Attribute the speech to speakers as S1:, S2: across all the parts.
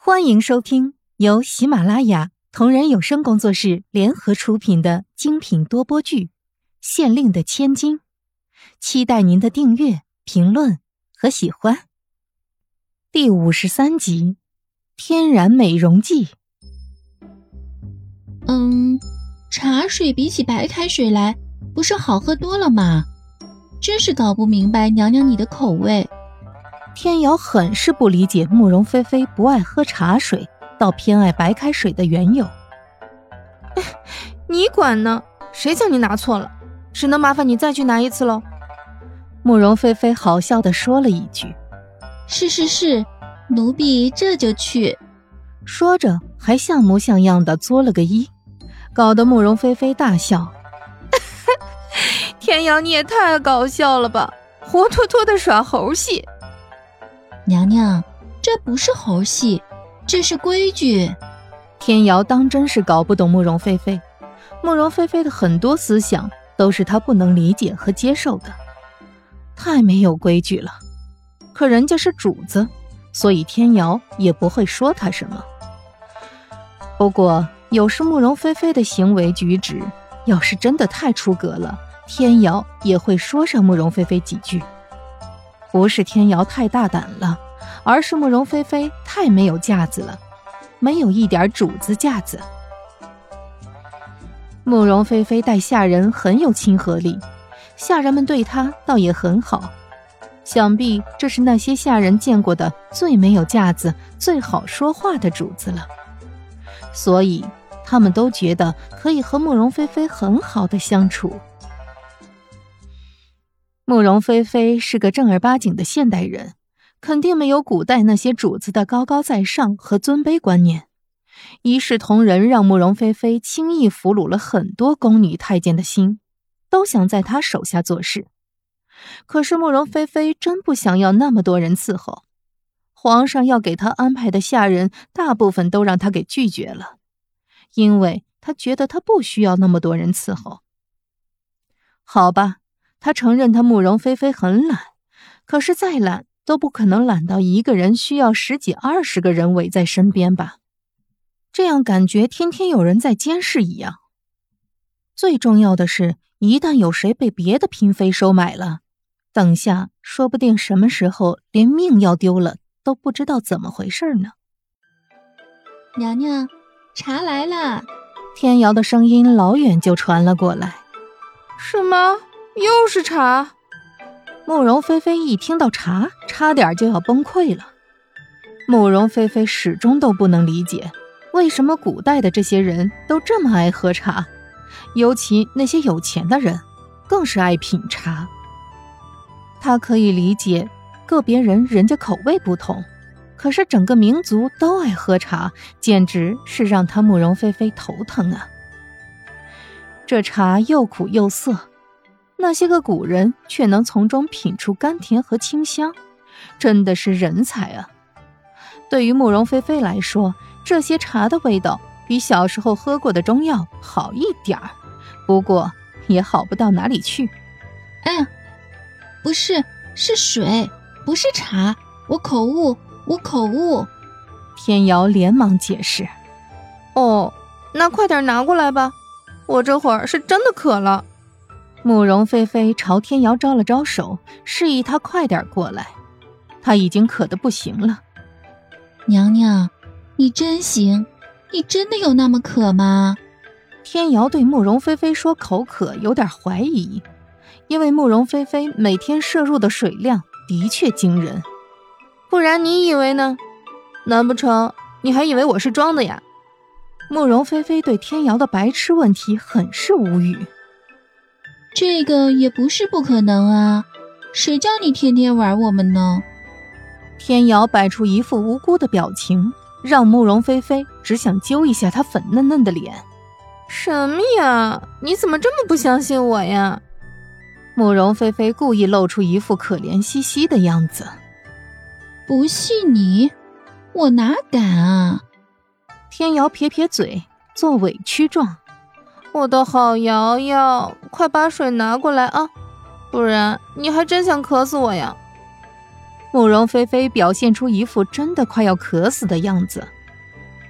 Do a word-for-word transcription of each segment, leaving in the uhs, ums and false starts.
S1: 欢迎收听由喜马拉雅同人有声工作室联合出品的精品多播剧《县令的千金》，期待您的订阅、评论和喜欢。第五十三集，天然美容剂。
S2: 嗯，茶水比起白开水来，不是好喝多了吗？真是搞不明白娘娘你的口味。
S1: 天瑶很是不理解慕容菲菲不爱喝茶水，倒偏爱白开水的缘由。
S3: 你管呢？谁叫你拿错了？只能麻烦你再去拿一次喽。
S1: 慕容菲菲好笑地说了一句。
S2: 是是是，奴婢这就去。
S1: 说着还像模像样地作了个揖，搞得慕容菲菲大笑。
S3: 天瑶你也太搞笑了吧，活脱脱的耍猴戏。
S2: 娘娘，这不是猴戏，这是规矩。
S1: 天瑶当真是搞不懂慕容菲菲，慕容菲菲的很多思想都是她不能理解和接受的，太没有规矩了。可人家是主子，所以天瑶也不会说她什么。不过有时慕容菲菲的行为举止要是真的太出格了，天瑶也会说上慕容菲菲几句。不是天瑶太大胆了，而是慕容菲菲太没有架子了，没有一点主子架子。慕容菲菲待下人很有亲和力，下人们对她倒也很好，想必这是那些下人见过的最没有架子、最好说话的主子了，所以他们都觉得可以和慕容菲菲很好的相处。慕容菲菲是个正儿八经的现代人，肯定没有古代那些主子的高高在上和尊卑观念。一视同仁让慕容菲菲轻易俘虏了很多宫女太监的心，都想在她手下做事。可是慕容菲菲真不想要那么多人伺候，皇上要给她安排的下人大部分都让她给拒绝了，因为她觉得她不需要那么多人伺候。好吧，他承认他慕容菲菲很懒，可是再懒都不可能懒到一个人需要十几二十个人围在身边吧，这样感觉天天有人在监视一样。最重要的是，一旦有谁被别的嫔妃收买了，等下说不定什么时候连命要丢了都不知道怎么回事呢。
S2: 娘娘，茶来了。
S1: 天瑶的声音老远就传了过来。
S3: 什么？又是茶？
S1: 慕容菲菲一听到茶，差点就要崩溃了。慕容菲菲始终都不能理解，为什么古代的这些人都这么爱喝茶，尤其那些有钱的人更是爱品茶。她可以理解个别人人家口味不同，可是整个民族都爱喝茶，简直是让她慕容菲菲头疼啊。这茶又苦又涩，那些个古人却能从中品出甘甜和清香，真的是人才啊。对于慕容菲菲来说，这些茶的味道比小时候喝过的中药好一点儿，不过也好不到哪里去。
S2: 哎呀，不是，是水，不是茶，我口误，我口误。
S1: 天瑶连忙解释。
S3: 哦，那快点拿过来吧，我这会儿是真的渴了。
S1: 慕容菲菲朝天瑶招了招手，示意她快点过来。她已经渴得不行了。
S2: 娘娘，你真行，你真的有那么渴吗？
S1: 天瑶对慕容菲菲说口渴有点怀疑，因为慕容菲菲每天摄入的水量的确惊人。
S3: 不然你以为呢？难不成你还以为我是装的呀？
S1: 慕容菲菲对天瑶的白痴问题很是无语。
S2: 这个也不是不可能啊，谁叫你天天玩我们呢？
S1: 天瑶摆出一副无辜的表情，让慕容菲菲只想揪一下她粉嫩嫩的脸。
S3: 什么呀？你怎么这么不相信我呀？
S1: 慕容菲菲故意露出一副可怜兮兮的样子。
S2: 不信你？我哪敢啊！
S1: 天瑶撇撇嘴，做委屈状。
S3: 我的好瑶瑶，快把水拿过来啊，不然你还真想渴死我呀。
S1: 慕容菲菲表现出一副真的快要渴死的样子，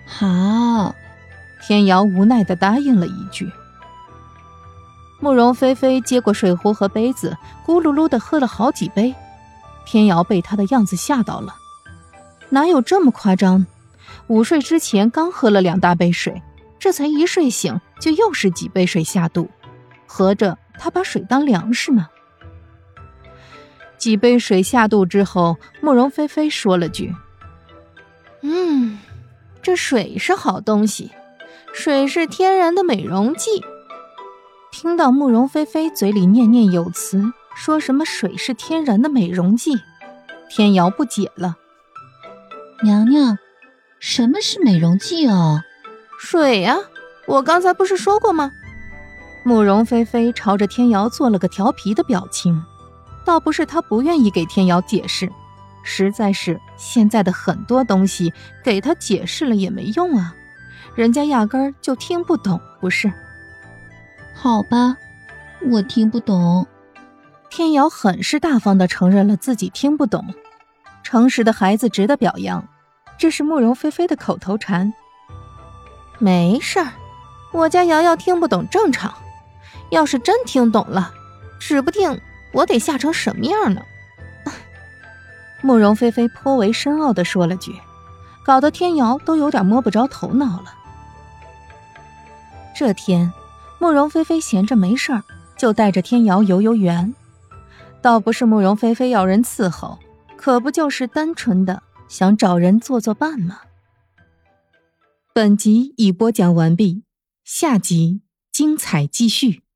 S2: 好。
S1: 天瑶无奈地答应了一句。慕容菲菲接过水壶和杯子，咕噜噜地喝了好几杯。天瑶被她的样子吓到了，哪有这么夸张？午睡之前刚喝了两大杯水，这才一睡醒就又是几杯水下肚，合着她把水当粮食呢。几杯水下肚之后，慕容菲菲说了句：
S3: 嗯，这水是好东西，水是天然的美容剂。
S1: 听到慕容菲菲嘴里念念有词，说什么水是天然的美容剂，天瑶不解了。
S2: 娘娘，什么是美容剂哦？
S3: 水啊，我刚才不是说过吗？
S1: 慕容菲菲朝着天瑶做了个调皮的表情，倒不是她不愿意给天瑶解释，实在是现在的很多东西给她解释了也没用啊，人家压根儿就听不懂，不是？
S2: 好吧，我听不懂。
S1: 天瑶很是大方地承认了自己听不懂，诚实的孩子值得表扬，这是慕容菲菲的口头禅。
S3: 没事儿，我家瑶瑶听不懂正常，要是真听懂了，指不定我得吓成什么样呢。
S1: 慕容菲菲颇为深奥地说了句，搞得天瑶都有点摸不着头脑了。这天慕容菲菲闲着没事儿，就带着天瑶游游园。倒不是慕容菲菲要人伺候，可不就是单纯的想找人做做伴吗？本集已播讲完毕，下集精彩继续。